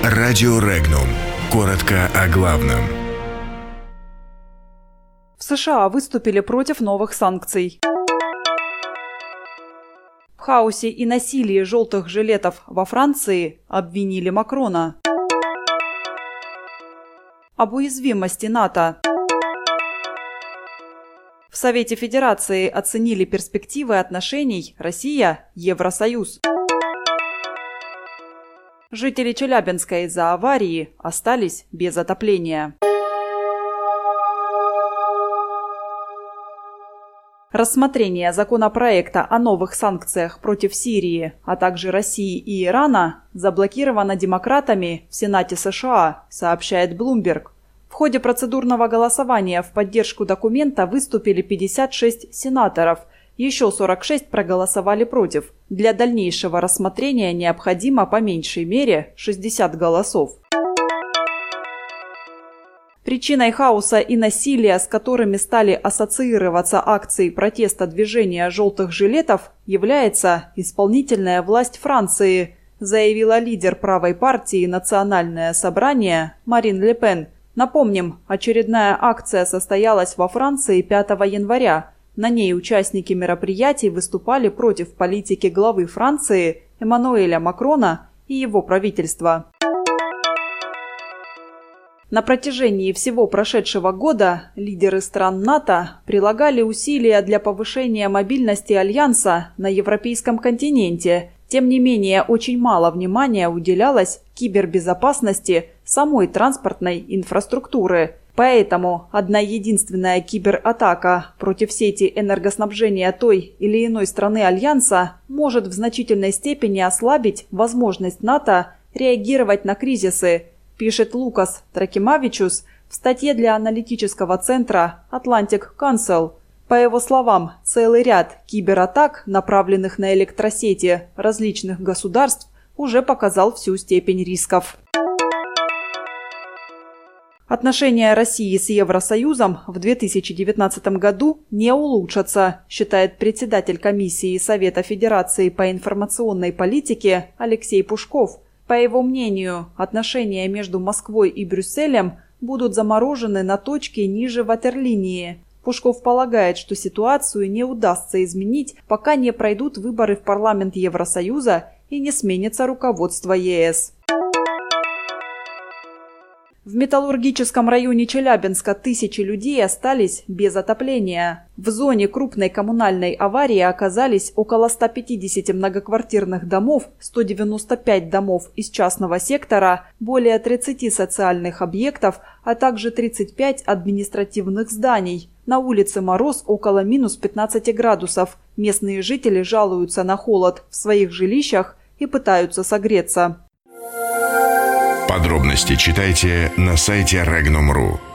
Радио Регнум. Коротко о главном. В США выступили против новых санкций. В хаосе и насилии желтых жилетов во Франции обвинили Макрона. Об уязвимости НАТО. В Совете Федерации оценили перспективы отношений Россия-Евросоюз. Жители Челябинска из-за аварии остались без отопления. Рассмотрение законопроекта о новых санкциях против Сирии, а также России и Ирана заблокировано демократами в Сенате США, сообщает Bloomberg. В ходе процедурного голосования в поддержку документа выступили 56 сенаторов, еще 46 проголосовали против. Для дальнейшего рассмотрения необходимо по меньшей мере 60 голосов. Причиной хаоса и насилия, с которыми стали ассоциироваться акции протеста движения желтых жилетов, является исполнительная власть Франции, заявила лидер правой партии «Национальное собрание» Марин Ле Пен. Напомним, очередная акция состоялась во Франции 5 января. На ней участники мероприятий выступали против политики главы Франции Эммануэля Макрона и его правительства. На протяжении всего прошедшего года лидеры стран НАТО прилагали усилия для повышения мобильности Альянса на европейском континенте. Тем не менее, очень мало внимания уделялось кибербезопасности самой транспортной инфраструктуры. Поэтому одна единственная кибератака против сети энергоснабжения той или иной страны Альянса может в значительной степени ослабить возможность НАТО реагировать на кризисы, пишет Лукас Тракимавичус в статье для аналитического центра Atlantic Council. По его словам, целый ряд кибератак, направленных на электросети различных государств, уже показал всю степень рисков. Отношения России с Евросоюзом в 2019 году не улучшатся, считает председатель комиссии Совета Федерации по информационной политике Алексей Пушков. По его мнению, отношения между Москвой и Брюсселем будут заморожены на точке ниже ватерлинии. Пушков полагает, что ситуацию не удастся изменить, пока не пройдут выборы в парламент Евросоюза и не сменится руководство ЕС. В металлургическом районе Челябинска тысячи людей остались без отопления. В зоне крупной коммунальной аварии оказались около 150 многоквартирных домов, 195 домов из частного сектора, более 30 социальных объектов, а также 35 административных зданий. На улице мороз около минус 15 градусов. Местные жители жалуются на холод в своих жилищах и пытаются согреться. Подробности читайте на сайте Regnum.ru.